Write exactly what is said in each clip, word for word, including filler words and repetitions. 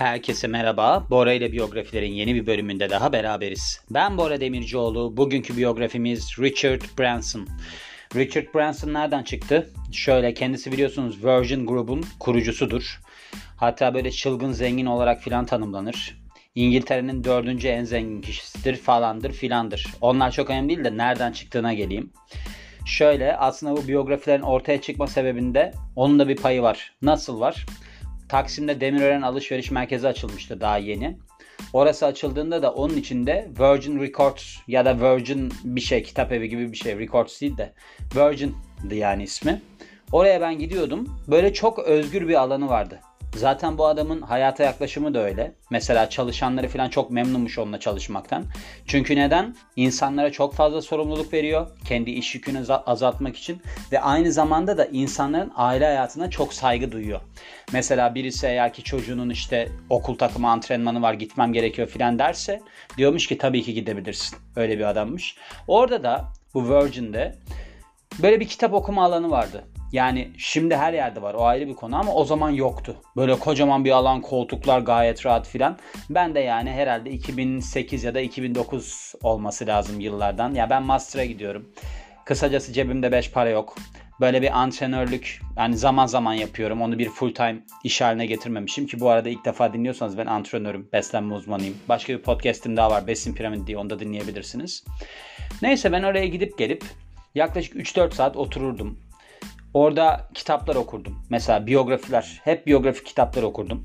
Herkese merhaba. Bora ile biyografilerin yeni bir bölümünde daha beraberiz. Ben Bora Demircioğlu. Bugünkü biyografimiz Richard Branson. Richard Branson nereden çıktı? Şöyle, kendisi biliyorsunuz Virgin grubun kurucusudur. Hatta böyle çılgın zengin olarak filan tanımlanır. İngiltere'nin dördüncü en zengin kişisidir falandır filandır. Onlar çok önemli değil de nereden çıktığına geleyim. Şöyle, aslında bu biyografilerin ortaya çıkma sebebinde onun da bir payı var. Nasıl var? Taksim'de Demirören Alışveriş Merkezi açılmıştı daha yeni. Orası açıldığında da onun içinde Virgin Records ya da Virgin bir şey, kitap evi gibi bir şey. Records değil de Virgin'di yani ismi. Oraya ben gidiyordum. Böyle çok özgür bir alanı vardı. Zaten bu adamın hayata yaklaşımı da öyle. Mesela çalışanları falan çok memnunmuş onunla çalışmaktan. Çünkü neden? İnsanlara çok fazla sorumluluk veriyor. Kendi iş yükünü azaltmak için. Ve aynı zamanda da insanların aile hayatına çok saygı duyuyor. Mesela birisi eğer ki çocuğunun işte okul takımı antrenmanı var, gitmem gerekiyor falan derse diyormuş ki tabii ki gidebilirsin. Öyle bir adammış. Orada da bu Virgin'de böyle bir kitap okuma alanı vardı. Yani şimdi her yerde var, o ayrı bir konu, ama o zaman yoktu. Böyle kocaman bir alan, koltuklar gayet rahat filan. Ben de yani herhalde iki bin sekiz ya da iki bin dokuz olması lazım yıllardan. Ya ben master'a gidiyorum. Kısacası cebimde beş para yok. Böyle bir antrenörlük yani zaman zaman yapıyorum. Onu bir full time iş haline getirmemişim ki bu arada ilk defa dinliyorsanız ben antrenörüm, beslenme uzmanıyım. Başka bir podcast'im daha var, Besin Piramidi diye, onu da dinleyebilirsiniz. Neyse, ben oraya gidip gelip yaklaşık üç dört saat otururdum. Orada kitaplar okurdum. Mesela biyografiler. Hep biyografi kitapları okurdum.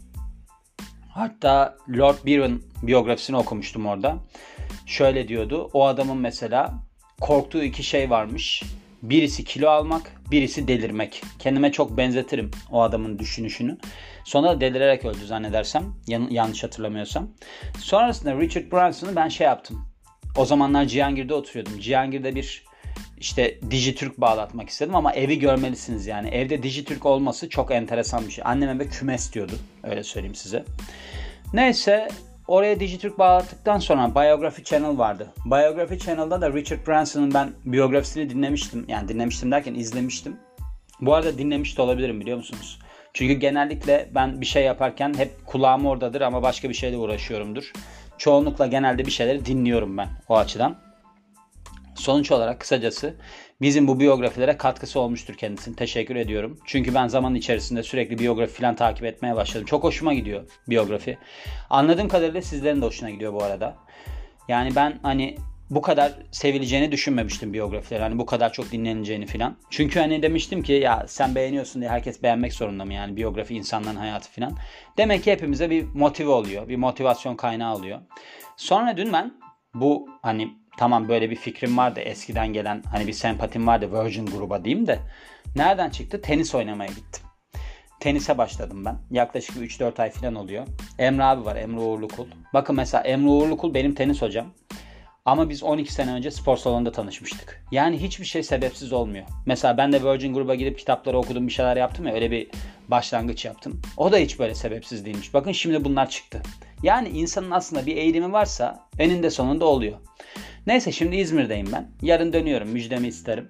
Hatta Lord Byron biyografisini okumuştum orada. Şöyle diyordu. O adamın mesela korktuğu iki şey varmış. Birisi kilo almak, birisi delirmek. Kendime çok benzetirim o adamın düşünüşünü. Sonra da delirerek öldü zannedersem. Yan- yanlış hatırlamıyorsam. Sonrasında Richard Branson'ı ben şey yaptım. O zamanlar Cihangir'de oturuyordum. Cihangir'de bir İşte Dijitürk bağlatmak istedim ama evi görmelisiniz yani. Evde Dijitürk olması çok enteresan bir şey. Annem eve kümes diyordu. Öyle söyleyeyim size. Neyse, oraya Dijitürk bağlattıktan sonra Biography Channel vardı. Biography Channel'da da Richard Branson'ın ben biyografisini dinlemiştim. Yani dinlemiştim derken izlemiştim. Bu arada dinlemiş de olabilirim, biliyor musunuz? Çünkü genellikle ben bir şey yaparken hep kulağım oradadır ama başka bir şeyle uğraşıyorumdur. Çoğunlukla genelde bir şeyleri dinliyorum ben o açıdan. Sonuç olarak kısacası bizim bu biyografilere katkısı olmuştur kendisine. Teşekkür ediyorum. Çünkü ben zaman içerisinde sürekli biyografi falan takip etmeye başladım. Çok hoşuma gidiyor biyografi. Anladığım kadarıyla sizlerin de hoşuna gidiyor bu arada. Yani ben hani bu kadar sevileceğini düşünmemiştim biyografiler. Hani bu kadar çok dinleneceğini falan. Çünkü hani demiştim ki ya sen beğeniyorsun diye herkes beğenmek zorunda mı yani, biyografi insanların hayatı falan. Demek ki hepimize bir motive oluyor. Bir motivasyon kaynağı oluyor. Sonra dün ben bu hani tamam böyle bir fikrim vardı eskiden gelen, hani bir sempatim vardı Virgin gruba diyeyim de. Nereden çıktı? Tenis oynamaya gittim. Tenise başladım ben. Yaklaşık üç dört ay falan oluyor. Emre abi var, Emre Uğurlukul. Bakın mesela Emre Uğurlukul benim tenis hocam. Ama biz on iki sene önce spor salonunda tanışmıştık. Yani hiçbir şey sebepsiz olmuyor. Mesela ben de Virgin gruba gidip kitapları okudum, bir şeyler yaptım ya, öyle bir başlangıç yaptım. O da hiç böyle sebepsiz değilmiş. Bakın şimdi bunlar çıktı. Yani insanın aslında bir eğilimi varsa eninde sonunda oluyor. Neyse, şimdi İzmir'deyim ben. Yarın dönüyorum, müjdemi isterim.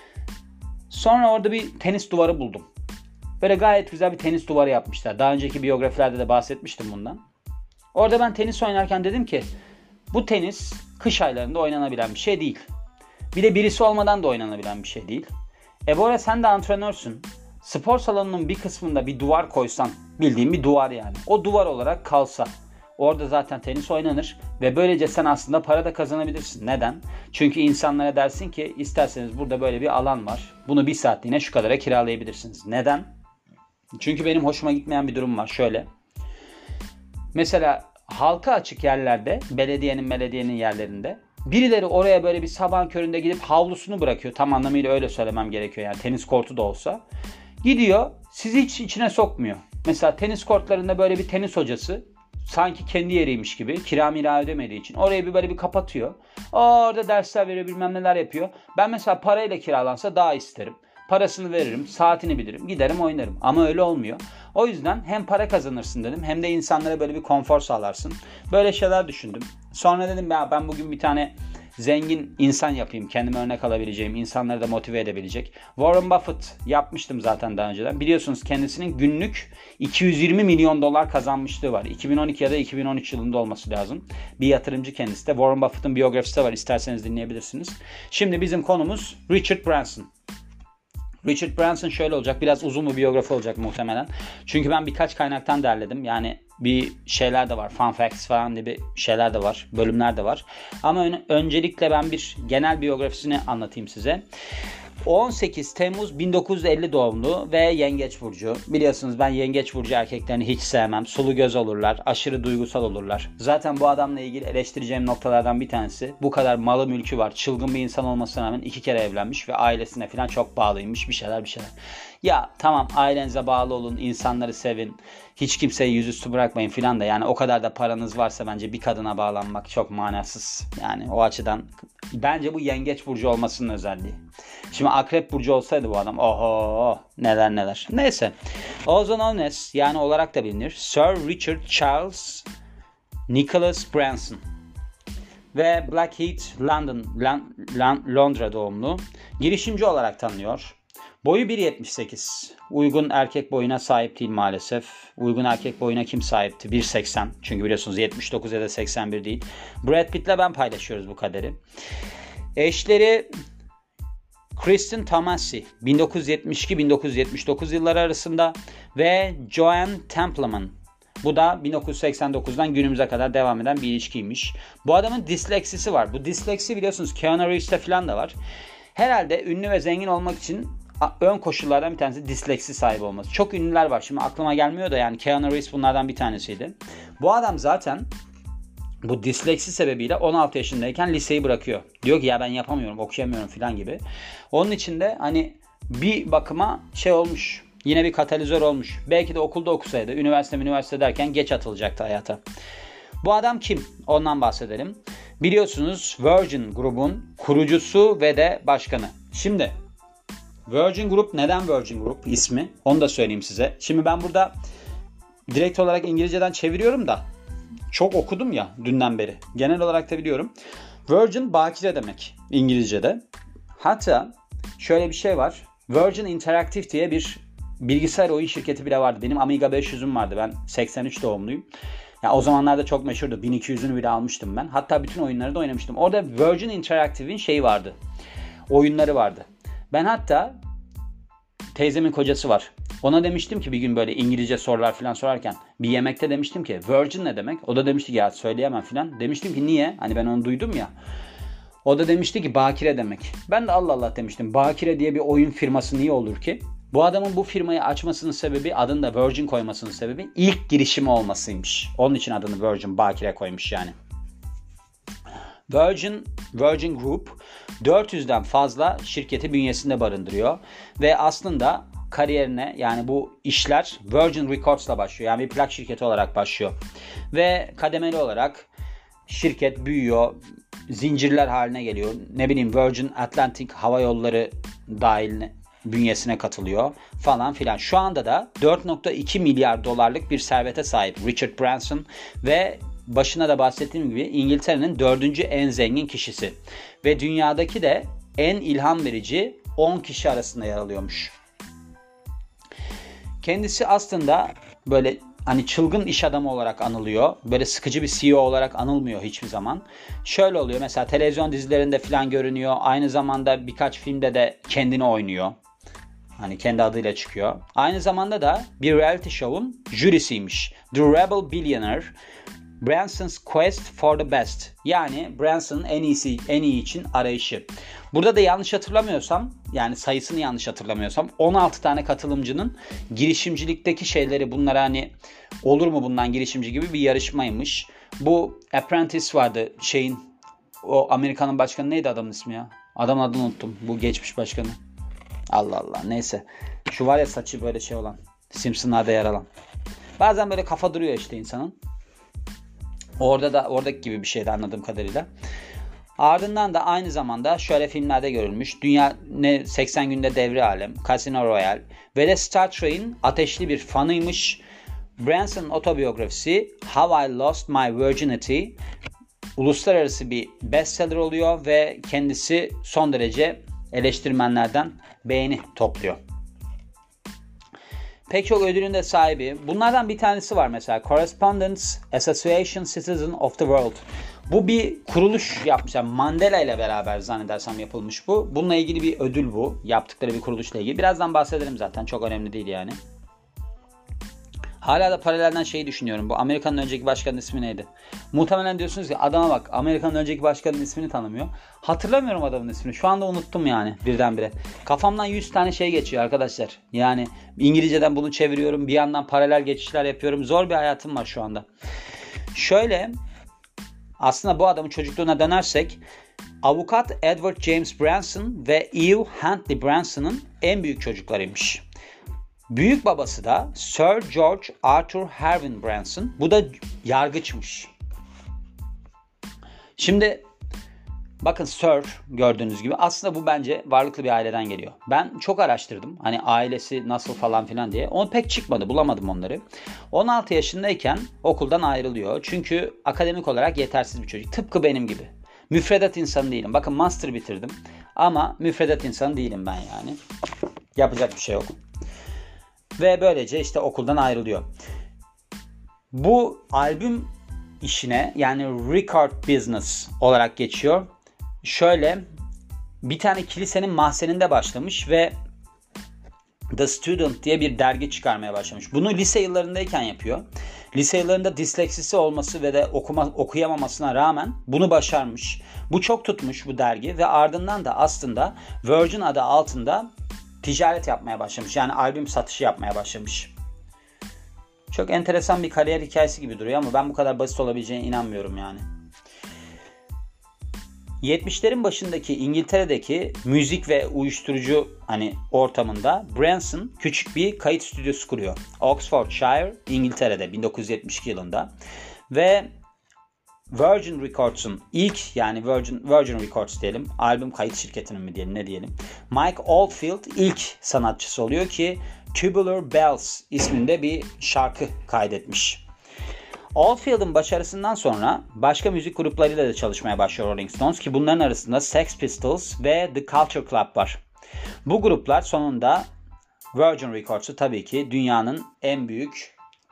Sonra orada bir tenis duvarı buldum. Böyle gayet güzel bir tenis duvarı yapmışlar. Daha önceki biyografilerde de bahsetmiştim bundan. Orada ben tenis oynarken dedim ki bu tenis kış aylarında oynanabilen bir şey değil. Bir de birisi olmadan da oynanabilen bir şey değil. E bu arada sen de antrenörsün. Spor salonunun bir kısmında bir duvar koysan, bildiğin bir duvar yani. O duvar olarak kalsa orada zaten tenis oynanır ve böylece sen aslında para da kazanabilirsin. Neden? Çünkü insanlara dersin ki isterseniz burada böyle bir alan var. Bunu bir saatliğine şu kadara kiralayabilirsiniz. Neden? Çünkü benim hoşuma gitmeyen bir durum var. Şöyle. Mesela halka açık yerlerde, belediyenin belediyenin yerlerinde birileri oraya böyle bir sabahın köründe gidip havlusunu bırakıyor. Tam anlamıyla öyle söylemem gerekiyor yani, tenis kortu da olsa. Gidiyor, sizi hiç içine sokmuyor. Mesela tenis kortlarında böyle bir tenis hocası sanki kendi yeriymiş gibi kira mira ödemediği için orayı bir böyle bir kapatıyor. Orada dersler veriyor, bilmem neler yapıyor. Ben mesela parayla kiralansa daha isterim. Parasını veririm, saatini bilirim, giderim oynarım. Ama öyle olmuyor. O yüzden hem para kazanırsın dedim, hem de insanlara böyle bir konfor sağlarsın. Böyle şeyler düşündüm. Sonra dedim ya ben bugün bir tane zengin insan yapayım. Kendime örnek alabileceğim, insanları da motive edebilecek. Warren Buffett yapmıştım zaten daha önceden. Biliyorsunuz kendisinin günlük iki yüz yirmi milyon dolar kazanmışlığı var. iki bin on iki ya da iki bin on üç yılında olması lazım. Bir yatırımcı kendisi de. Warren Buffett'ın biyografisi de var. İsterseniz dinleyebilirsiniz. Şimdi bizim konumuz Richard Branson. Richard Branson şöyle olacak. Biraz uzun bir biyografi olacak muhtemelen. Çünkü ben birkaç kaynaktan derledim. Yani bir şeyler de var. Fun facts falan gibi şeyler de var. Bölümler de var. Ama ön- öncelikle ben bir genel biyografisini anlatayım size. on sekiz Temmuz bin dokuz yüz elli doğumlu ve Yengeç burcu. Biliyorsunuz ben Yengeç burcu erkeklerini hiç sevmem. Sulu göz olurlar, aşırı duygusal olurlar. Zaten bu adamla ilgili eleştireceğim noktalardan bir tanesi. Bu kadar malı mülkü var. Çılgın bir insan olmasına rağmen iki kere evlenmiş ve ailesine falan çok bağlıymış. Bir şeyler bir şeyler. Ya tamam, ailenize bağlı olun, insanları sevin. Hiç kimseyi yüzüstü bırakmayın filan da, yani o kadar da paranız varsa bence bir kadına bağlanmak çok manasız. Yani o açıdan bence bu Yengeç burcu olmasının özelliği. Şimdi Akrep burcu olsaydı bu adam oho neler neler. Neyse. Also known as, yani olarak da bilinir, Sir Richard Charles Nicholas Branson. Ve Blackheath, London, Lon- Londra doğumlu. Girişimci olarak tanınıyor. Boyu bir yetmiş sekiz. Uygun erkek boyuna sahip değil maalesef. Uygun erkek boyuna kim sahipti? bir seksen. Çünkü biliyorsunuz yetmiş dokuz ya da seksen bir değil. Brad Pitt'le ben paylaşıyoruz bu kaderi. Eşleri Kristen Tomasi bin dokuz yüz yetmiş iki bin dokuz yüz yetmiş dokuz yılları arasında ve Joanne Templeman. Bu da bin dokuz yüz seksen dokuzdan günümüze kadar devam eden bir ilişkiymiş. Bu adamın disleksisi var. Bu disleksi biliyorsunuz Keanu Reeves'te falan da var. Herhalde ünlü ve zengin olmak için ön koşullardan bir tanesi disleksi sahibi olması. Çok ünlüler var. Şimdi aklıma gelmiyor da yani Keanu Reeves bunlardan bir tanesiydi. Bu adam zaten bu disleksi sebebiyle on altı yaşındayken liseyi bırakıyor. Diyor ki ya ben yapamıyorum, okuyamıyorum falan gibi. Onun için de hani bir bakıma şey olmuş. Yine bir katalizör olmuş. Belki de okulda okusaydı, üniversite üniversite derken geç atılacaktı hayata. Bu adam kim? Ondan bahsedelim. Biliyorsunuz Virgin grubun kurucusu ve de başkanı. Şimdi Virgin Group, neden Virgin Group ismi? Onu da söyleyeyim size. Şimdi ben burada direkt olarak İngilizceden çeviriyorum da çok okudum ya dünden beri. Genel olarak da biliyorum. Virgin bakire demek İngilizce'de. Hatta şöyle bir şey var. Virgin Interactive diye bir bilgisayar oyun şirketi bile vardı. Benim Amiga beş yüzüm vardı. Ben seksen üç doğumluyum. Ya o zamanlarda çok meşhurdu. bin iki yüzünü bile almıştım ben. Hatta bütün oyunları da oynamıştım. Orada Virgin Interactive'in şeyi vardı. Oyunları vardı. Ben hatta teyzemin kocası var. Ona demiştim ki bir gün böyle İngilizce sorular falan sorarken bir yemekte demiştim ki Virgin ne demek? O da demişti ki ya söyleyemem falan. Demiştim ki niye? Hani ben onu duydum ya. O da demişti ki bakire demek. Ben de Allah Allah demiştim. Bakire diye bir oyun firması niye olur ki? Bu adamın bu firmayı açmasının sebebi, adını da Virgin koymasının sebebi ilk girişimi olmasıymış. Onun için adını Virgin bakire koymuş yani. Virgin, Virgin Group dört yüzden fazla şirketi bünyesinde barındırıyor. Ve aslında kariyerine, yani bu işler Virgin Records'la başlıyor. Yani bir plak şirketi olarak başlıyor. Ve kademeli olarak şirket büyüyor. Zincirler haline geliyor. Ne bileyim Virgin Atlantic Hava Yolları dahil bünyesine katılıyor falan filan. Şu anda da dört virgül iki milyar dolarlık bir servete sahip Richard Branson ve başına da bahsettiğim gibi İngiltere'nin dördüncü en zengin kişisi. Ve dünyadaki de en ilham verici on kişi arasında yer alıyormuş. Kendisi aslında böyle hani çılgın iş adamı olarak anılıyor. Böyle sıkıcı bir C E O olarak anılmıyor hiçbir zaman. Şöyle oluyor, mesela televizyon dizilerinde falan görünüyor. Aynı zamanda birkaç filmde de kendini oynuyor. Hani kendi adıyla çıkıyor. Aynı zamanda da bir reality show'un jürisiymiş. The Rebel Billionaire. Branson's Quest for the Best. Yani Branson'ın en iyisi, en iyi için arayışı. Burada da yanlış hatırlamıyorsam, yani sayısını yanlış hatırlamıyorsam on altı tane katılımcının girişimcilikteki şeyleri, bunlara hani olur mu bundan girişimci gibi bir yarışmaymış. Bu Apprentice vardı şeyin, o Amerika'nın başkanı neydi adamın ismi ya? Adamın adını unuttum. Bu geçmiş başkanı. Allah Allah, neyse. Şu var ya saçı böyle şey olan. Simpsonlarda yer alan. Bazen böyle kafa duruyor işte insanın. Orada da oradaki gibi bir şeydi anladığım kadarıyla. Ardından da aynı zamanda şöyle filmlerde görülmüş. Dünya ne seksen günde devri alem, Casino Royale ve de Star Trek'in ateşli bir fanıymış. Branson'ın otobiyografisi How I Lost My Virginity uluslararası bir bestseller oluyor ve kendisi son derece eleştirmenlerden beğeni topluyor. Pek çok ödülün de sahibi. Bunlardan bir tanesi var mesela. Correspondence Association Citizen of the World. Bu bir kuruluş yapmışlar. Mandela ile beraber zannedersem yapılmış bu. Bununla ilgili bir ödül bu. Yaptıkları bir kuruluşla ilgili. Birazdan bahsederim zaten. Çok önemli değil yani. Hala da paralelden şeyi düşünüyorum. Bu Amerika'nın önceki başkanının ismi neydi? Muhtemelen diyorsunuz ki adama bak, Amerika'nın önceki başkanının ismini tanımıyor. Hatırlamıyorum adamın ismini. Şu anda unuttum yani birdenbire. Kafamdan yüz tane şey geçiyor arkadaşlar. Yani İngilizceden bunu çeviriyorum. Bir yandan paralel geçişler yapıyorum. Zor bir hayatım var şu anda. Şöyle, aslında bu adamın çocukluğuna dönersek, avukat Edward James Branson ve Eve Huntley Branson'ın en büyük çocuklarıymış. Büyük babası da Sir George Arthur Harvin Branson. Bu da yargıçmış. Şimdi bakın Sir gördüğünüz gibi aslında bu bence varlıklı bir aileden geliyor. Ben çok araştırdım. Hani ailesi nasıl falan filan diye. Onu pek çıkmadı. Bulamadım onları. on altı yaşındayken okuldan ayrılıyor. Çünkü akademik olarak yetersiz bir çocuk. Tıpkı benim gibi. Müfredat insanı değilim. Bakın master bitirdim. Ama müfredat insanı değilim ben yani. Yapacak bir şey yok. Ve böylece işte okuldan ayrılıyor. Bu albüm işine yani record business olarak geçiyor. Şöyle bir tane kilisenin mahzeninde başlamış ve The Student diye bir dergi çıkarmaya başlamış. Bunu lise yıllarındayken yapıyor. Lise yıllarında disleksisi olması ve de okuma, okuyamamasına rağmen bunu başarmış. Bu çok tutmuş bu dergi ve ardından da aslında Virgin adı altında ticaret yapmaya başlamış. Yani albüm satışı yapmaya başlamış. Çok enteresan bir kariyer hikayesi gibi duruyor ama ben bu kadar basit olabileceğine inanmıyorum yani. yetmişlerin başındaki İngiltere'deki müzik ve uyuşturucu hani ortamında Branson küçük bir kayıt stüdyosu kuruyor. Oxfordshire, İngiltere'de bin dokuz yüz yetmiş iki yılında ve Virgin Records'un ilk yani Virgin Virgin Records diyelim, albüm kayıt şirketinin mi diyelim ne diyelim. Mike Oldfield ilk sanatçısı oluyor ki Tubular Bells isminde bir şarkı kaydetmiş. Oldfield'ın başarısından sonra başka müzik gruplarıyla da çalışmaya başlıyor Rolling Stones ki bunların arasında Sex Pistols ve The Culture Club var. Bu gruplar sonunda Virgin Records'u tabii ki dünyanın en büyük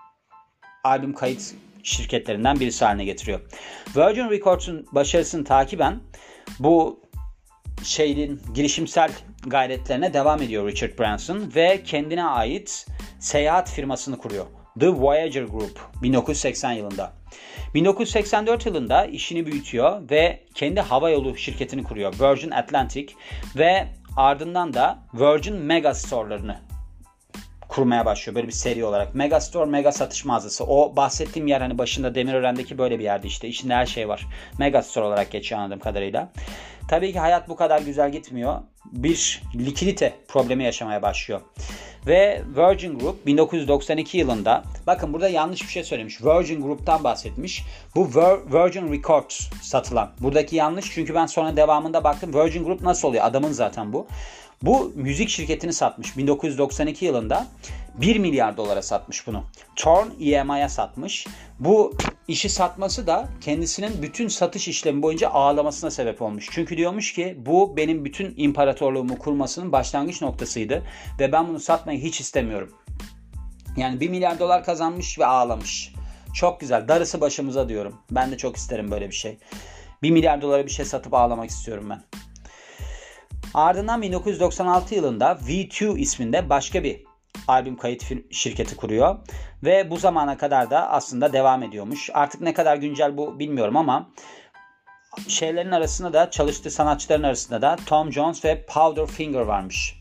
albüm kayıt şirketlerinden birisi haline getiriyor. Virgin Records'un başarısını takiben bu şeyin girişimsel gayretlerine devam ediyor Richard Branson ve kendine ait seyahat firmasını kuruyor. The Voyager Group bin dokuz yüz seksen yılında. bin dokuz yüz seksen dört yılında işini büyütüyor ve kendi havayolu şirketini kuruyor. Virgin Atlantic ve ardından da Virgin Megastore'larını kurmaya başlıyor böyle bir seri olarak. Megastore, mega satış mağazası. O bahsettiğim yer hani başında Demirören'deki böyle bir yerdi işte. İçinde her şey var. Megastore olarak geçiyor anladığım kadarıyla. Tabii ki hayat bu kadar güzel gitmiyor. Bir likidite problemi yaşamaya başlıyor. Ve Virgin Group bin dokuz yüz doksan iki yılında, bakın burada yanlış bir şey söylemiş. Virgin Group'tan bahsetmiş. Bu Virgin Records satılan. Buradaki yanlış çünkü ben sonra devamında baktım. Virgin Group nasıl oluyor? Adamın zaten bu. Bu müzik şirketini satmış. bin dokuz yüz doksan iki yılında bir milyar dolara satmış bunu. Torn E M I'ye satmış. Bu işi satması da kendisinin bütün satış işlemi boyunca ağlamasına sebep olmuş. Çünkü diyormuş ki bu benim bütün imparatorluğumu kurmasının başlangıç noktasıydı ve ben bunu satmayı hiç istemiyorum. Yani bir milyar dolar kazanmış ve ağlamış. Çok güzel. Darısı başımıza diyorum. Ben de çok isterim böyle bir şey. bir milyar dolara bir şey satıp ağlamak istiyorum ben. Ardından bin dokuz yüz doksan altı yılında V iki isminde başka bir albüm kayıt şirketi kuruyor. Ve bu zamana kadar da aslında devam ediyormuş. Artık ne kadar güncel bu bilmiyorum ama şeylerin arasında da çalıştığı sanatçıların arasında da Tom Jones ve Powderfinger varmış.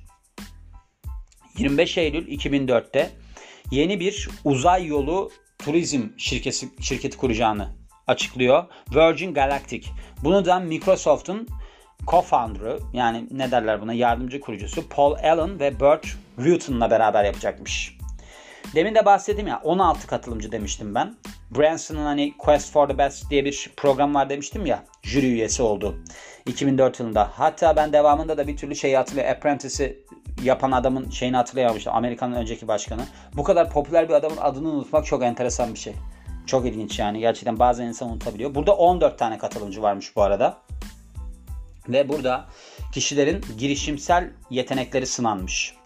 yirmi beş Eylül iki bin dörtte yeni bir uzay yolu turizm şirketi, şirketi kuracağını açıklıyor. Virgin Galactic. Bunu da Microsoft'un co-founder'ı yani ne derler buna yardımcı kurucusu Paul Allen ve Burt Rutan'la beraber yapacakmış. Demin de bahsettim ya on altı katılımcı demiştim ben. Branson'ın hani Quest for the Best diye bir program var demiştim ya. Jüri üyesi oldu. iki bin dört yılında. Hatta ben devamında da bir türlü şeyi hatırlıyorum. Apprentice'i yapan adamın şeyini hatırlayamamıştım. Amerika'nın önceki başkanı. Bu kadar popüler bir adamın adını unutmak çok enteresan bir şey. Çok ilginç yani. Gerçekten bazen insan unutabiliyor. Burada on dört tane katılımcı varmış bu arada. Ve burada kişilerin girişimsel yetenekleri sınanmış.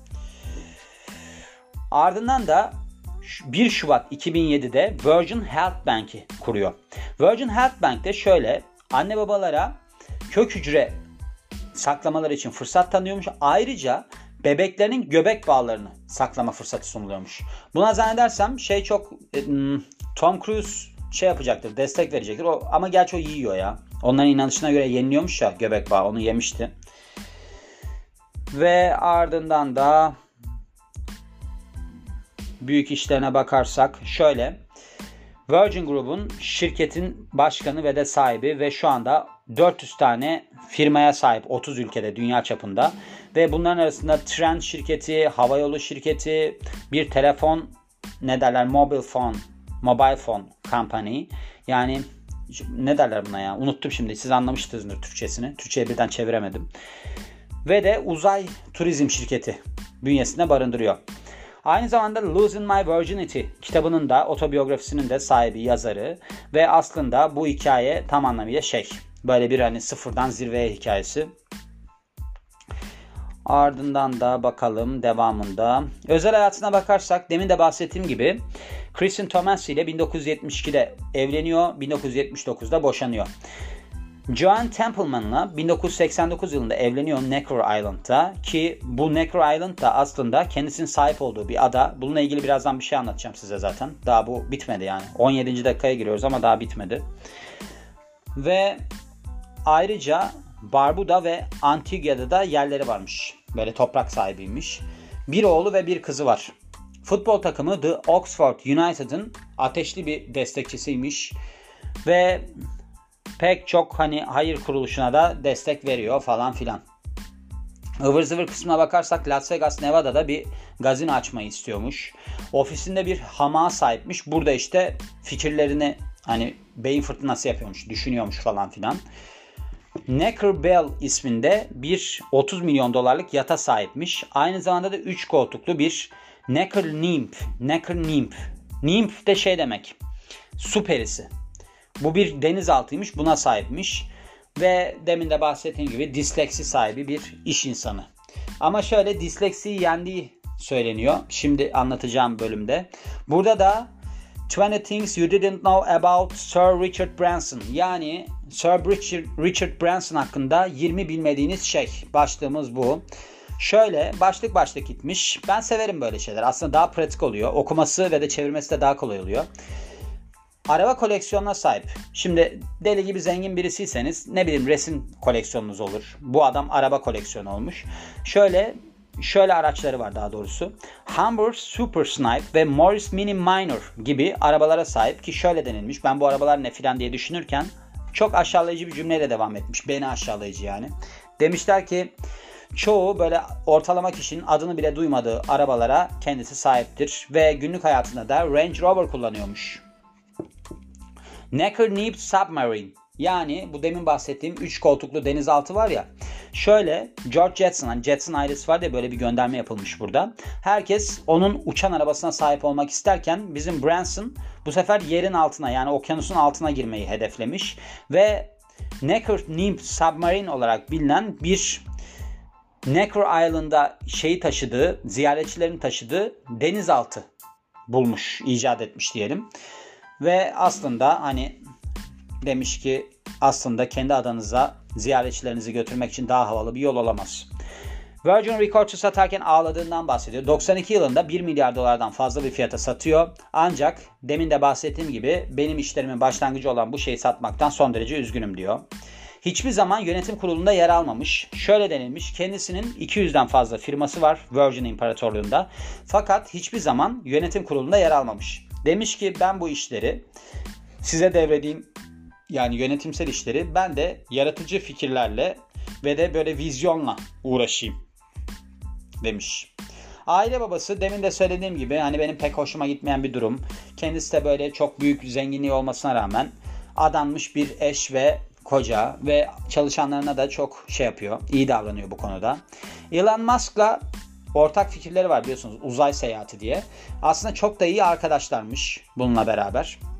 Ardından da bir Şubat iki bin yedide Virgin Health Bank'i kuruyor. Virgin Health Bank'te şöyle anne babalara kök hücre saklamaları için fırsat tanıyormuş. Ayrıca bebeklerinin göbek bağlarını saklama fırsatı sunuluyormuş. Buna zannedersem şey çok Tom Cruise şey yapacaktır, destek verecektir. O, ama gerçi o yiyor ya. Onların inanışına göre yeniliyormuş ya göbek bağı. Onu yemişti. Ve ardından da büyük işlerine bakarsak şöyle. Virgin Group'un şirketin başkanı ve de sahibi ve şu anda dört yüz tane firmaya sahip otuz ülkede dünya çapında. Ve bunların arasında tren şirketi, havayolu şirketi, bir telefon ne derler mobile phone, mobile phone company yani ne derler buna ya unuttum şimdi siz anlamışsınızdır Türkçesini. Türkçe'ye birden çeviremedim. Ve de uzay turizm şirketi bünyesinde barındırıyor. Aynı zamanda Losing My Virginity kitabının da otobiyografisinin de sahibi, yazarı ve aslında bu hikaye tam anlamıyla şey böyle bir hani sıfırdan zirveye hikayesi. Ardından da bakalım devamında. Özel hayatına bakarsak demin de bahsettiğim gibi Kristen Thomas ile bin dokuz yüz yetmiş ikide evleniyor, bin dokuz yüz yetmiş dokuzda boşanıyor. Joan Templeman'la bin dokuz yüz seksen dokuz yılında evleniyor Necker Island'da ki bu Necker Island da aslında kendisinin sahip olduğu bir ada. Bununla ilgili birazdan bir şey anlatacağım size zaten. Daha bu bitmedi yani. on yedinci dakikaya giriyoruz ama daha bitmedi. Ve ayrıca Barbuda ve Antigua'da da yerleri varmış. Böyle toprak sahibiymiş. Bir oğlu ve bir kızı var. Futbol takımı The Oxford United'ın ateşli bir destekçisiymiş. Ve pek çok hani hayır kuruluşuna da destek veriyor falan filan. Ivır zıvır kısmına bakarsak Las Vegas, Nevada'da bir gazino açmayı istiyormuş. Ofisinde bir hamağa sahipmiş. Burada işte fikirlerini hani beyin fırtınası yapıyormuş, düşünüyormuş falan filan. Necker Bell isminde bir otuz milyon dolarlık yata sahipmiş. Aynı zamanda da üç koltuklu bir Necker Nymph. Necker Nymph. Nymph de şey demek. Su perisi. Bu bir denizaltıymış. Buna sahipmiş. Ve demin de bahsettiğim gibi disleksi sahibi bir iş insanı. Ama şöyle disleksiyi yendiği söyleniyor. Şimdi anlatacağım bölümde. Burada da twenty Things You Didn't Know About Sir Richard Branson. Yani Sir Richard, Richard Branson hakkında yirmi bilmediğiniz şey. Başlığımız bu. Şöyle başlık başlık gitmiş. Ben severim böyle şeyler. Aslında daha pratik oluyor. Okuması ve de çevirmesi de daha kolay oluyor. Araba koleksiyonuna sahip. Şimdi deli gibi zengin birisiyseniz ne bileyim resim koleksiyonunuz olur. Bu adam araba koleksiyonu olmuş. Şöyle şöyle araçları var daha doğrusu. Humber Super Snipe ve Morris Mini Minor gibi arabalara sahip ki şöyle denilmiş. Ben bu arabalar ne filan diye düşünürken çok aşağılayıcı bir cümleyle devam etmiş. Beni aşağılayıcı yani. Demişler ki çoğu böyle ortalama kişinin adını bile duymadığı arabalara kendisi sahiptir. Ve günlük hayatında da Range Rover kullanıyormuş. Necker Nymph Submarine. Yani bu demin bahsettiğim üç koltuklu denizaltı var ya. Şöyle George Jetson, hani Jetson ailesi var diye böyle bir gönderme yapılmış burada. Herkes onun uçan arabasına sahip olmak isterken bizim Branson bu sefer yerin altına yani okyanusun altına girmeyi hedeflemiş. Ve Necker Nymph Submarine olarak bilinen bir Necker Island'a şeyi taşıdığı, ziyaretçilerin taşıdığı denizaltı bulmuş, icat etmiş diyelim. Ve aslında hani demiş ki aslında kendi adanıza ziyaretçilerinizi götürmek için daha havalı bir yol olamaz. Virgin Records'u satarken ağladığından bahsediyor. doksan iki yılında bir milyar dolardan fazla bir fiyata satıyor. Ancak demin de bahsettiğim gibi benim işlerimin başlangıcı olan bu şeyi satmaktan son derece üzgünüm diyor. Hiçbir zaman yönetim kurulunda yer almamış. Şöyle denilmiş, kendisinin iki yüzden fazla firması var Virgin İmparatorluğu'nda. Fakat hiçbir zaman yönetim kurulunda yer almamış. Demiş ki ben bu işleri size devredeyim, yani yönetimsel işleri ben de yaratıcı fikirlerle ve de böyle vizyonla uğraşayım demiş. Aile babası demin de söylediğim gibi hani benim pek hoşuma gitmeyen bir durum. Kendisi de böyle çok büyük zenginliği olmasına rağmen adanmış bir eş ve koca ve çalışanlarına da çok şey yapıyor, iyi davranıyor bu konuda. Elon Musk'la ortak fikirleri var biliyorsunuz, uzay seyahati diye. Aslında çok da iyi arkadaşlarmış bununla beraber.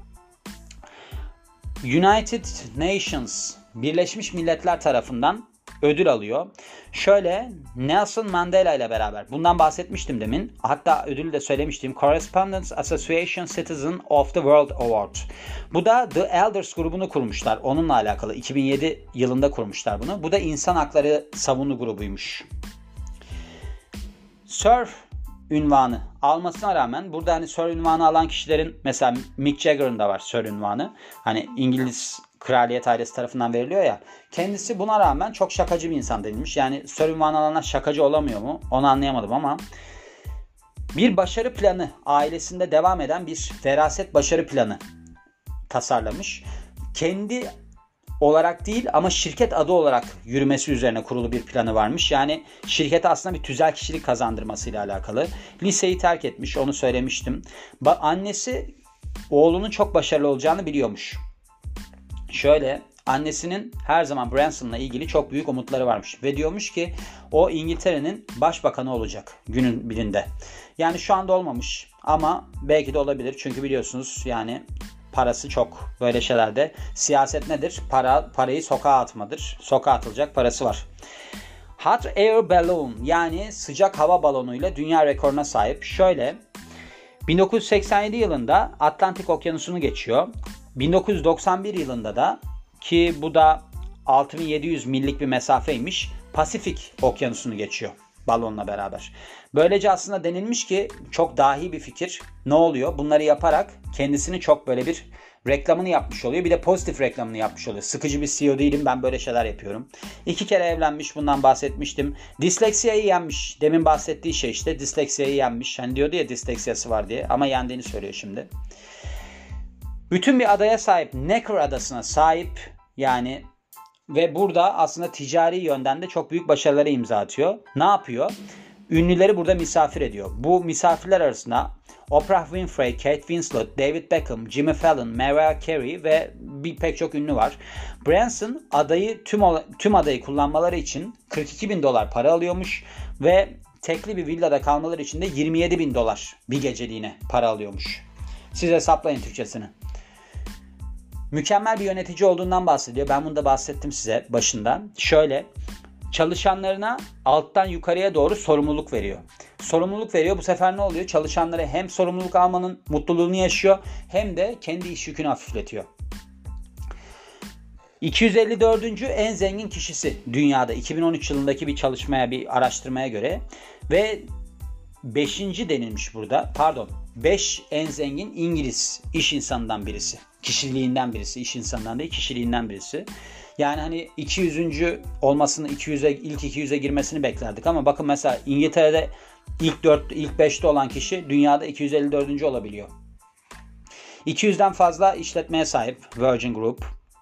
United Nations, Birleşmiş Milletler tarafından ödül alıyor. Şöyle Nelson Mandela ile beraber. Bundan bahsetmiştim demin. Hatta ödülü de söylemiştim. Correspondence Association Citizen of the World Award. Bu da The Elders grubunu kurmuşlar. Onunla alakalı. iki bin yedi yılında kurmuşlar bunu. Bu da insan hakları savunu grubuymuş. Sir ünvanı almasına rağmen burada hani Sir ünvanı alan kişilerin mesela Mick Jagger'ın da var Sir ünvanı. Hani İngiliz kraliyet ailesi tarafından veriliyor ya. Kendisi buna rağmen çok şakacı bir insan denilmiş. Yani Sir ünvanı alanlar şakacı olamıyor mu? Onu anlayamadım ama bir başarı planı, ailesinde devam eden bir veraset başarı planı tasarlamış. Kendi olarak değil ama şirket adı olarak yürümesi üzerine kurulu bir planı varmış. Yani şirkete aslında bir tüzel kişilik kazandırmasıyla alakalı. Liseyi terk etmiş, onu söylemiştim. Ba- annesi oğlunun çok başarılı olacağını biliyormuş. Şöyle, annesinin her zaman Branson'la ilgili çok büyük umutları varmış. Ve diyormuş ki o İngiltere'nin başbakanı olacak günün birinde. Yani şu anda olmamış ama belki de olabilir. Çünkü biliyorsunuz yani parası çok. Böyle şeylerde siyaset nedir? Para, parayı sokağa atmadır. Sokağa atılacak parası var. Hot Air Balloon yani sıcak hava balonuyla dünya rekoruna sahip. Şöyle bin dokuz yüz seksen yedi yılında Atlantik Okyanusu'nu geçiyor. bin dokuz yüz doksan bir yılında da ki bu da altı bin yedi yüz millik bir mesafeymiş. Pasifik Okyanusu'nu geçiyor balonla beraber. Böylece aslında denilmiş ki çok dahi bir fikir. Ne oluyor? Bunları yaparak kendisini çok böyle bir reklamını yapmış oluyor. Bir de pozitif reklamını yapmış oluyor. Sıkıcı bir C E O değilim, ben böyle şeyler yapıyorum. İki kere evlenmiş, bundan bahsetmiştim. Disleksiyayı yenmiş. Demin bahsettiği şey işte disleksiyayı yenmiş. Hani diyordu ya disleksiyası var diye ama yendiğini söylüyor şimdi. Bütün bir adaya sahip, Necker adasına sahip yani ve burada aslında ticari yönden de çok büyük başarılara imza atıyor. Ne yapıyor? Ünlüleri burada misafir ediyor. Bu misafirler arasında Oprah Winfrey, Kate Winslet, David Beckham, Jimmy Fallon, Mariah Carey ve bir pek çok ünlü var. Branson adayı tüm tüm adayı kullanmaları için kırk iki bin dolar para alıyormuş ve tekli bir villada kalmaları için de yirmi yedi bin dolar bir geceliğine para alıyormuş. Siz hesaplayın Türkçesini. Mükemmel bir yönetici olduğundan bahsediyor. Ben bunu da bahsettim size başında. Şöyle, çalışanlarına alttan yukarıya doğru sorumluluk veriyor. Sorumluluk veriyor. Bu sefer ne oluyor? Çalışanlara hem sorumluluk almanın mutluluğunu yaşıyor hem de kendi iş yükünü hafifletiyor. iki yüz elli dördüncü en zengin kişisi dünyada iki bin on üç yılındaki bir çalışmaya, bir araştırmaya göre ve beşinci denilmiş burada. Pardon. beş en zengin İngiliz iş insanından birisi. Kişiliğinden birisi. İş insanından değil, kişiliğinden birisi. Yani hani iki yüzüncü olmasını, iki yüze, ilk iki yüze girmesini beklerdik ama bakın mesela İngiltere'de ilk dört, ilk beşte olan kişi dünyada iki yüz elli dördüncü olabiliyor. iki yüzden fazla işletmeye sahip Virgin Group.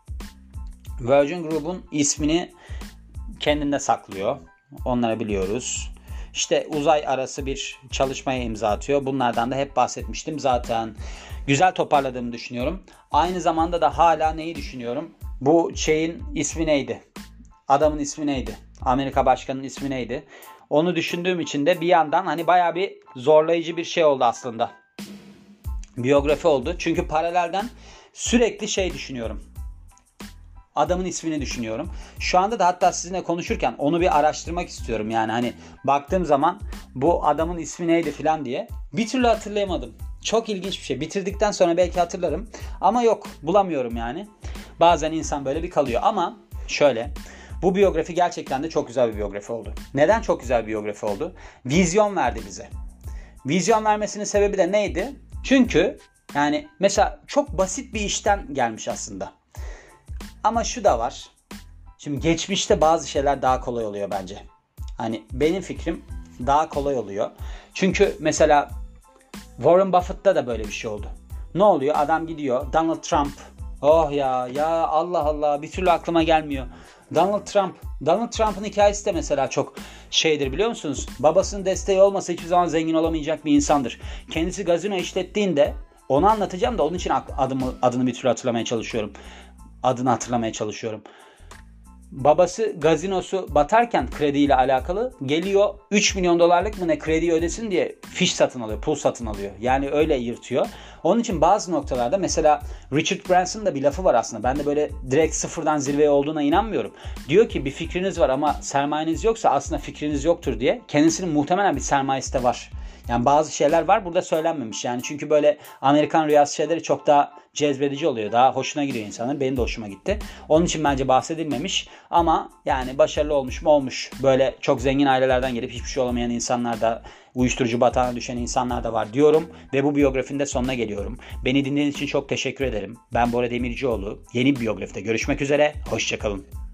Virgin Group'un ismini kendinde saklıyor. Onları biliyoruz. İşte uzay arası bir çalışmaya imza atıyor. Bunlardan da hep bahsetmiştim zaten. Güzel toparladığımı düşünüyorum. Aynı zamanda da hala neyi düşünüyorum? Bu şeyin ismi neydi? Adamın ismi neydi? Amerika Başkanı'nın ismi neydi? Onu düşündüğüm için de bir yandan hani bayağı bir zorlayıcı bir şey oldu aslında. Biyografi oldu. Çünkü paralelden sürekli şey düşünüyorum. Adamın ismini düşünüyorum. Şu anda da hatta sizinle konuşurken onu bir araştırmak istiyorum. Yani hani baktığım zaman bu adamın ismi neydi falan diye. Bir türlü hatırlayamadım. Çok ilginç bir şey. Bitirdikten sonra belki hatırlarım. Ama yok, bulamıyorum yani. Bazen insan böyle bir kalıyor. Ama şöyle, bu biyografi gerçekten de çok güzel bir biyografi oldu. Neden çok güzel bir biyografi oldu? Vizyon verdi bize. Vizyon vermesinin sebebi de neydi? Çünkü yani mesela çok basit bir işten gelmiş aslında. Ama şu da var. Şimdi geçmişte bazı şeyler daha kolay oluyor bence. Hani benim fikrim daha kolay oluyor. Çünkü mesela Warren Buffett'ta da böyle bir şey oldu. Ne oluyor? Adam gidiyor. Donald Trump. Oh ya ya Allah Allah bir türlü aklıma gelmiyor. Donald Trump. Donald Trump'ın hikayesi de mesela çok şeydir biliyor musunuz? Babasının desteği olmasa hiçbir zaman zengin olamayacak bir insandır. Kendisi gazino işlettiğinde onu anlatacağım da onun için adımı, adını bir türlü hatırlamaya çalışıyorum. Adını hatırlamaya çalışıyorum. babası gazinosu batarken krediyle alakalı geliyor üç milyon dolarlık mı ne kredi ödesin diye fiş satın alıyor, pul satın alıyor. Yani öyle yırtıyor. Onun için bazı noktalarda mesela Richard Branson'ın da bir lafı var aslında. Ben de böyle direkt sıfırdan zirveye olduğuna inanmıyorum. Diyor ki bir fikriniz var ama sermayeniz yoksa aslında fikriniz yoktur diye. Kendisinin muhtemelen bir sermayesi de var. Yani bazı şeyler var burada söylenmemiş. Yani çünkü böyle Amerikan rüyası şeyleri çok daha cezbedici oluyor. Daha hoşuna gidiyor insanın. Benim de hoşuma gitti. Onun için bence bahsedilmemiş. Ama yani başarılı olmuş mu olmuş. Böyle çok zengin ailelerden gelip hiçbir şey olamayan insanlar da, uyuşturucu batağına düşen insanlar da var diyorum. Ve bu biyografinin de sonuna geliyorum. Beni dinlediğiniz için çok teşekkür ederim. Ben Bora Demircioğlu. Yeni bir biyografide görüşmek üzere. Hoşçakalın.